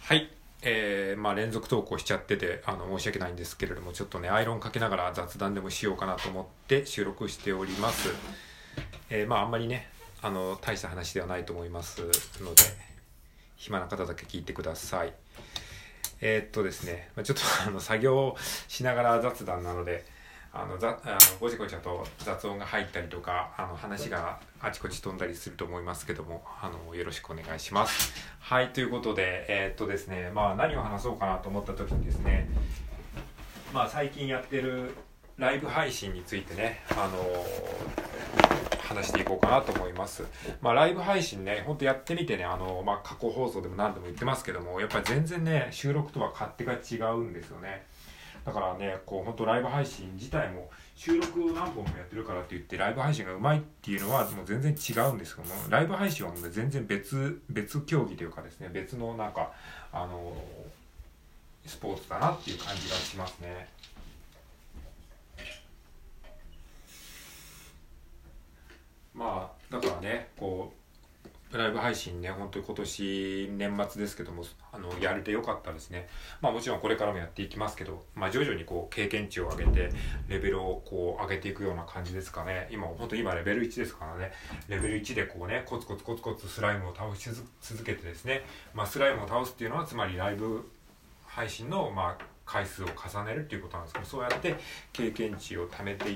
はい、連続投稿しちゃってて申し訳ないんですけれども、ちょっとねアイロンかけながら雑談でもしようかなと思って収録しております。あんまりね大した話ではないと思いますので、暇な方だけ聞いてください。ですね、ちょっと作業しながら雑談なのでごちゃごちゃと雑音が入ったりとか話があちこち飛んだりすると思いますけども、よろしくお願いします。はい、ということでですね、何を話そうかなと思った時にですね、最近やってるライブ配信についてね話していこうかなと思います。ライブ配信ね、ほんとやってみてね、過去放送でも何度も言ってますけども、やっぱり全然ね、収録とは勝手が違うんですよね。だからね、ほんとライブ配信自体も収録何本もやってるからって言ってライブ配信がうまいっていうのはもう全然違うんですけども、ライブ配信はもう全然別競技というかですね、別のスポーツだなっていう感じがしますね。だからね、ライブ配信ね、本当に今年年末ですけども、やれてよかったですね。もちろんこれからもやっていきますけど、徐々に経験値を上げて、レベルを上げていくような感じですかね。今レベル1ですからね、レベル1でコツコツスライムを倒し続けてですね、スライムを倒すっていうのは、つまりライブ配信の回数を重ねるっていうことなんですけど、そうやって経験値を貯めていって、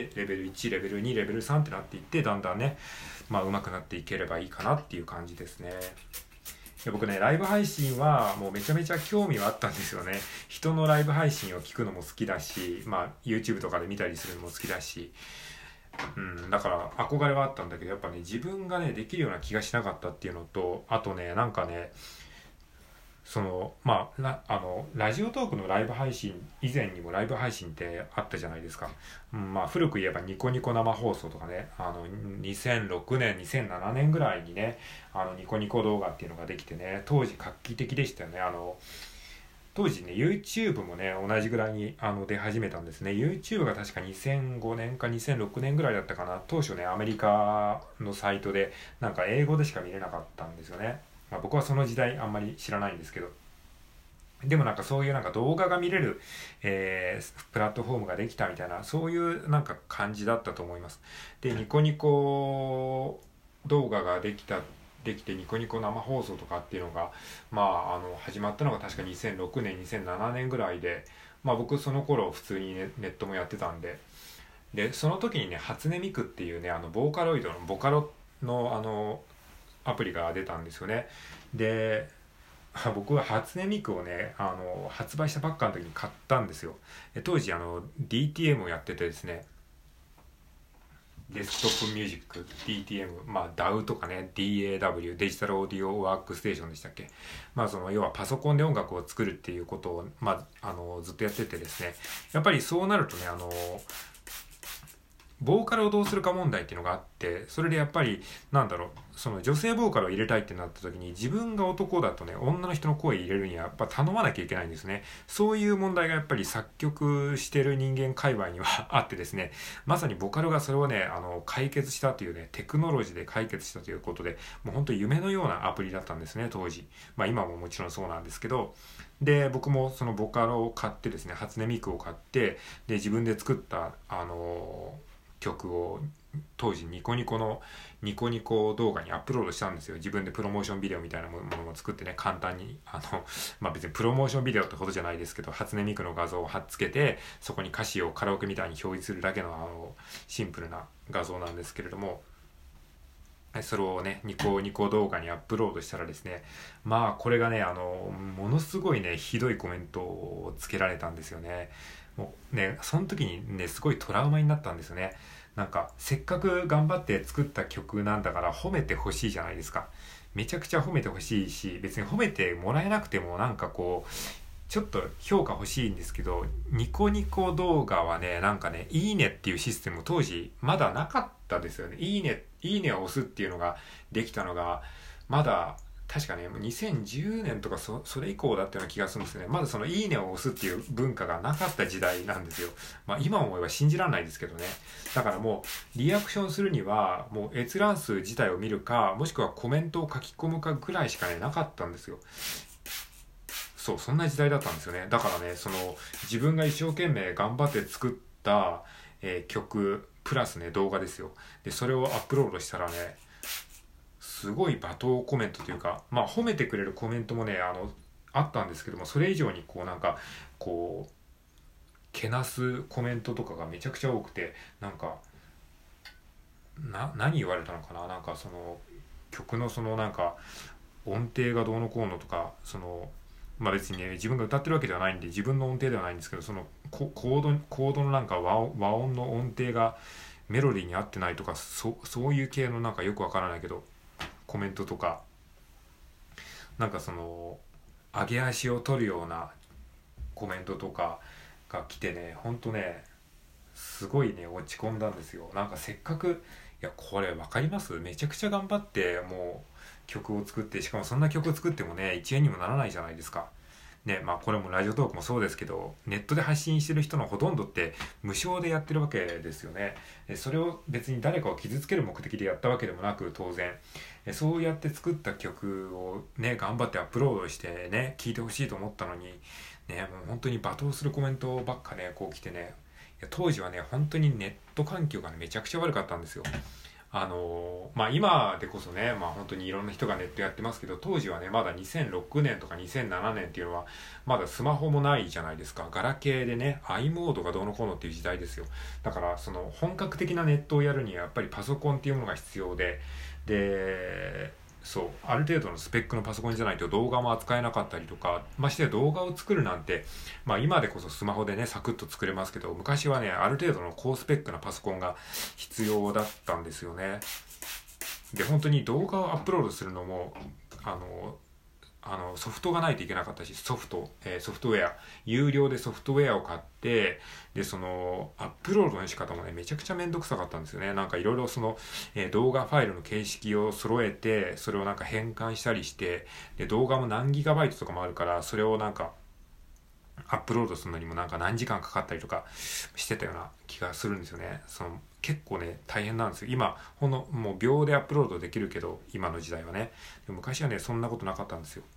レベル1、レベル2、レベル3ってなっていって、だんだんね、上手くなっていければいいかなっていう感じですね。僕ね、ライブ配信はもうめちゃめちゃ興味はあったんですよね。人のライブ配信を聞くのも好きだし、YouTube とかで見たりするのも好きだし、だから憧れはあったんだけど、やっぱね、自分がね、できるような気がしなかったっていうのと、あとね、ラジオトークのライブ配信以前にもライブ配信ってあったじゃないですか。古く言えばニコニコ生放送とかね、2006年2007年ぐらいにね、ニコニコ動画っていうのができてね、当時画期的でしたよね。当時ね YouTube もね同じぐらいに出始めたんですね。 YouTube が確か2005年か2006年ぐらいだったかな。当初ねアメリカのサイトで英語でしか見れなかったんですよね。僕はその時代あんまり知らないんですけど、でもそういう動画が見れる、プラットフォームができたみたいな、そういう感じだったと思います。でニコニコ動画ができてニコニコ生放送とかっていうのが始まったのが確か2006年2007年ぐらいで、僕その頃普通にネットもやってたんでその時にね初音ミクっていうねボーカロイドのボカロのアプリが出たんですよね。で僕は初音ミクをね発売したばっかの時に買ったんですよ。当時DTM をやっててですね、デスクトップミュージック DTM、DAW とかね DAW デジタルオーディオワークステーションでしたっけ。要はパソコンで音楽を作るっていうことを、ずっとやっててですね、やっぱりそうなるとねボーカルをどうするか問題っていうのがあって、それでやっぱりその女性ボーカルを入れたいってなった時に、自分が男だとね女の人の声入れるにはやっぱ頼まなきゃいけないんですね。そういう問題がやっぱり作曲してる人間界隈にはあってですね、まさにボカルがそれをね解決したというね、テクノロジーで解決したということで、もう本当に夢のようなアプリだったんですね当時。今ももちろんそうなんですけど、で僕もそのボカロを買ってですね、初音ミクを買って、で自分で作った曲を当時ニコニコ動画にアップロードしたんですよ。自分でプロモーションビデオみたいなものを作ってね、簡単に別にプロモーションビデオってほどじゃないですけど、初音ミクの画像を貼っつけて、そこに歌詞をカラオケみたいに表示するだけのシンプルな画像なんですけれども、それをねニコニコ動画にアップロードしたらですね、これがねものすごいねひどいコメントをつけられたんですよね。もうねその時にねすごいトラウマになったんですよね。せっかく頑張って作った曲なんだから褒めてほしいじゃないですか。めちゃくちゃ褒めてほしいし、別に褒めてもらえなくてもちょっと評価欲しいんですけど、ニコニコ動画はねいいねっていうシステム当時まだなかったですよね。いいねを押すっていうのができたのがまだ確かね2010年とかそれ以降だったような気がするんですね。まだそのいいねを押すっていう文化がなかった時代なんですよ。今思えば信じられないですけどね。だからもうリアクションするにはもう閲覧数自体を見るか、もしくはコメントを書き込むかぐらいしかねなかったんですよ。 そんな時代だったんですよね。だからね、自分が一生懸命頑張って作った、曲プラスね動画ですよ。でそれをアップロードしたらね、すごい罵倒コメントというか、まあ褒めてくれるコメントもねあったんですけども、それ以上にこうけなすコメントとかがめちゃくちゃ多くて、何言われたのかな、曲の音程がどうのこうのとか、まあ別にね自分が歌ってるわけではないんで自分の音程ではないんですけど、コードの和音の音程がメロディーに合ってないとか、そういう系のよくわからないけどコメントとか、上げ足を取るようなコメントとかが来てね、ほんとねすごいね落ち込んだんですよ。せっかく、いやこれわかります、めちゃくちゃ頑張ってもう曲を作って、しかもそんな曲を作ってもね1円にもならないじゃないですかね。まあこれもラジオトークもそうですけど、ネットで発信してる人のほとんどって無償でやってるわけですよね。それを別に誰かを傷つける目的でやったわけでもなく、当然そうやって作った曲をね頑張ってアップロードしてね聴いてほしいと思ったのにね、もう本当に罵倒するコメントばっかねこう来てね、いや当時はね本当にネット環境がねめちゃくちゃ悪かったんですよ。まあ今でこそね、まあ本当にいろんな人がネットやってますけど、当時はねまだ2006年とか2007年っていうのはまだスマホもないじゃないですか。ガラケーでね i モードがどうのこうのっていう時代ですよ。だから本格的なネットをやるにはやっぱりパソコンっていうものが必要で、ある程度のスペックのパソコンじゃないと動画も扱えなかったりとか、ましてや動画を作るなんて、まあ今でこそスマホでねサクッと作れますけど、昔はねある程度の高スペックなパソコンが必要だったんですよね。で本当に動画をアップロードするのもソフトがないといけなかったし、ソフトウェア、有料でソフトウェアを買って、でアップロードの仕方もねめちゃくちゃめんどくさかったんですよね。いろいろ動画ファイルの形式を揃えて、それを変換したりして、で動画も何ギガバイトとかもあるから、それをアップロードするのにも何時間かかったりとかしてたような気がするんですよね。結構ね大変なんですよ。今もう秒でアップロードできるけど、今の時代はね。でも昔はねそんなことなかったんですよ。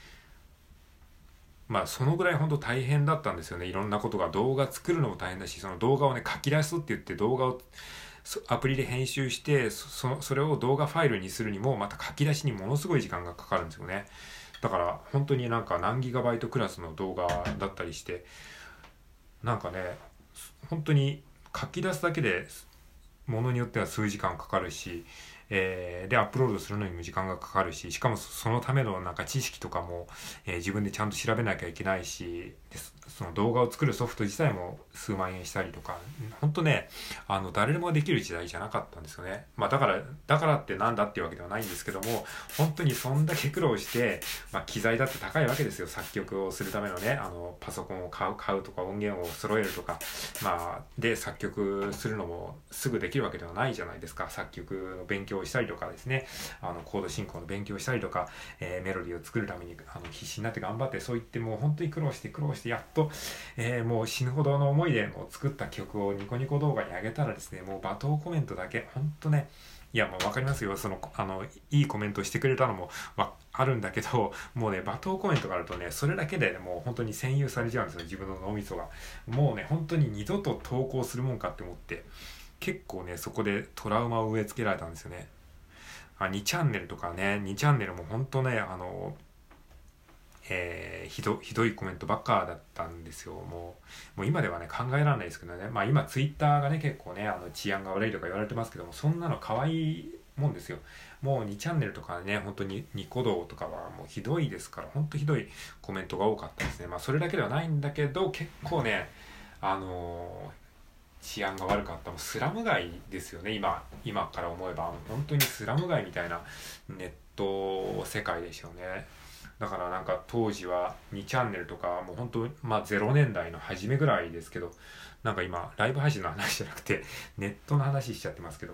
まあそのぐらい本当大変だったんですよね。いろんなことが、動画作るのも大変だし、その動画をね書き出すって言って動画をアプリで編集して、それを動画ファイルにするにもまた書き出しにものすごい時間がかかるんですよね。だから本当に何ギガバイトクラスの動画だったりして、ね本当に書き出すだけでものによっては数時間かかるし、でアップロードするのにも時間がかかるし、しかもそのための知識とかも、自分でちゃんと調べなきゃいけないし、その動画を作るソフト自体も数万円したりとか、本当ね誰でもできる時代じゃなかったんですよね。まあだからってなんだっていうわけではないんですけども、本当にそんだけ苦労して、まあ、機材だって高いわけですよ。作曲をするためのねパソコンを買うとか音源を揃えるとか、まあで作曲するのもすぐできるわけではないじゃないですか。作曲の勉強をしたりとかですね、コード進行の勉強をしたりとか、メロディーを作るために必死になって頑張って、そう言ってもう本当に苦労してやっと、もう死ぬほどの思いでもう作った曲をニコニコ動画に上げたらですね、もう罵倒コメントだけ、本当ね、いやもう分かりますよ。いいコメントしてくれたのもあるんだけど、もうね罵倒コメントがあるとね、それだけで、ね、もう本当に占有されちゃうんですよ、自分の脳みそが。もうね本当に二度と投稿するもんかって思って、結構ねそこでトラウマを植え付けられたんですよね。2チャンネルとかね、2チャンネルも本当ねひどいコメントばっかだったんですよ。もう今ではね考えられないですけどね。まあ今ツイッターがね結構ね治安が悪いとか言われてますけども、そんなの可愛いもんですよ。もう2チャンネルとかね本当にニコ動とかはもうひどいですから、本当ひどいコメントが多かったですね。まあそれだけではないんだけど、結構ね治安が悪かった。もうスラム街ですよね。今から思えば本当にスラム街みたいなネット世界でしたよね。だから当時は2チャンネルとかもう本当まあ0年代の初めぐらいですけど、今ライブ配信の話じゃなくてネットの話しちゃってますけど、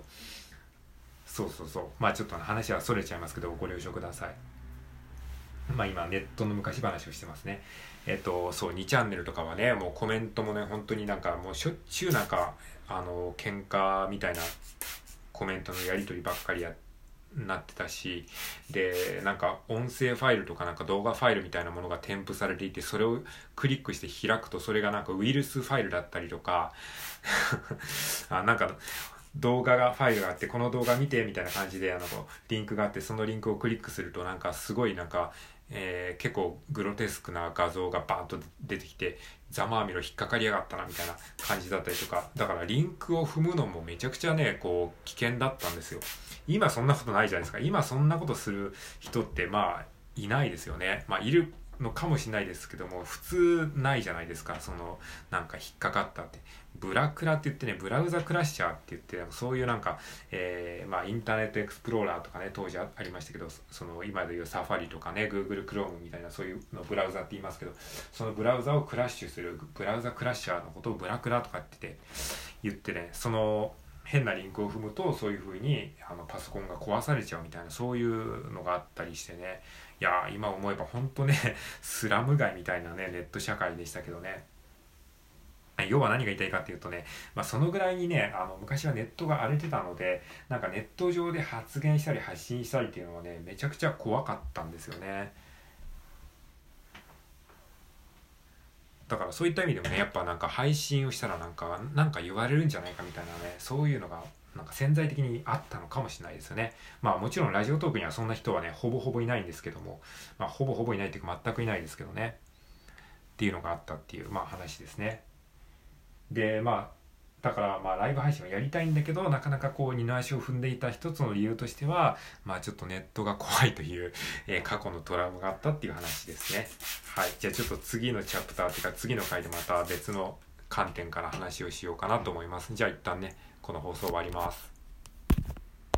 まあちょっと話はそれちゃいますけどご了承ください。まあ今ネットの昔話をしてますね。2チャンネルとかはねもうコメントもね本当にもうしょっちゅう喧嘩みたいなコメントのやり取りばっかりなってたし、でなんか音声ファイルとかなんか動画ファイルみたいなものが添付されていて、それをクリックして開くとそれがなんかウイルスファイルだったりとかなんか動画ファイルがあって、この動画見てみたいな感じでリンクがあって、そのリンクをクリックするとなんかすごいなんか、結構グロテスクな画像がバーンと出てきて、ざまあみろ引っかかりやがったなみたいな感じだったりとか、だからリンクを踏むのもめちゃくちゃねこう危険だったんですよ。今そんなことないじゃないですか。今そんなことする人ってまあいないですよね。まあいるのかもしれないですけども、普通ないじゃないですか。そのなんか引っかかったって、ブラクラって言ってね、ブラウザクラッシャーって言って、そういうなんか、まあインターネットエクスプローラーとかね当時ありましたけど、その今でいうサファリとかね Google Chrome みたいなそういうのブラウザって言いますけど、そのブラウザをクラッシュするブラウザクラッシャーのことをブラクラとかって言ってね、その変なリンクを踏むとそういう風にパソコンが壊されちゃうみたいな、そういうのがあったりしてね、いや今思えば本当ねスラム街みたいなねネット社会でしたけどね。要は何が言いたいかっていうとね、まあ、そのぐらいにね昔はネットが荒れてたので、なんかネット上で発言したり発信したりっていうのはねめちゃくちゃ怖かったんですよね。だからそういった意味でもね、やっぱなんか配信をしたらなんか言われるんじゃないかみたいなね、そういうのがなんか潜在的にあったのかもしれないですよね。まあもちろんラジオトークにはそんな人はねほぼほぼいないんですけども、まあほぼほぼいないっていうか全くいないですけどね、っていうのがあったっていうまあ話ですね。でまあだからまあライブ配信をやりたいんだけど、なかなかこう二の足を踏んでいた一つの理由としては、まあちょっとネットが怖いという、過去のトラウマがあったっていう話ですね。はい、じゃあちょっと次のチャプターっていうか次の回でまた別の観点から話をしようかなと思います。じゃあ一旦ねこの放送終わります。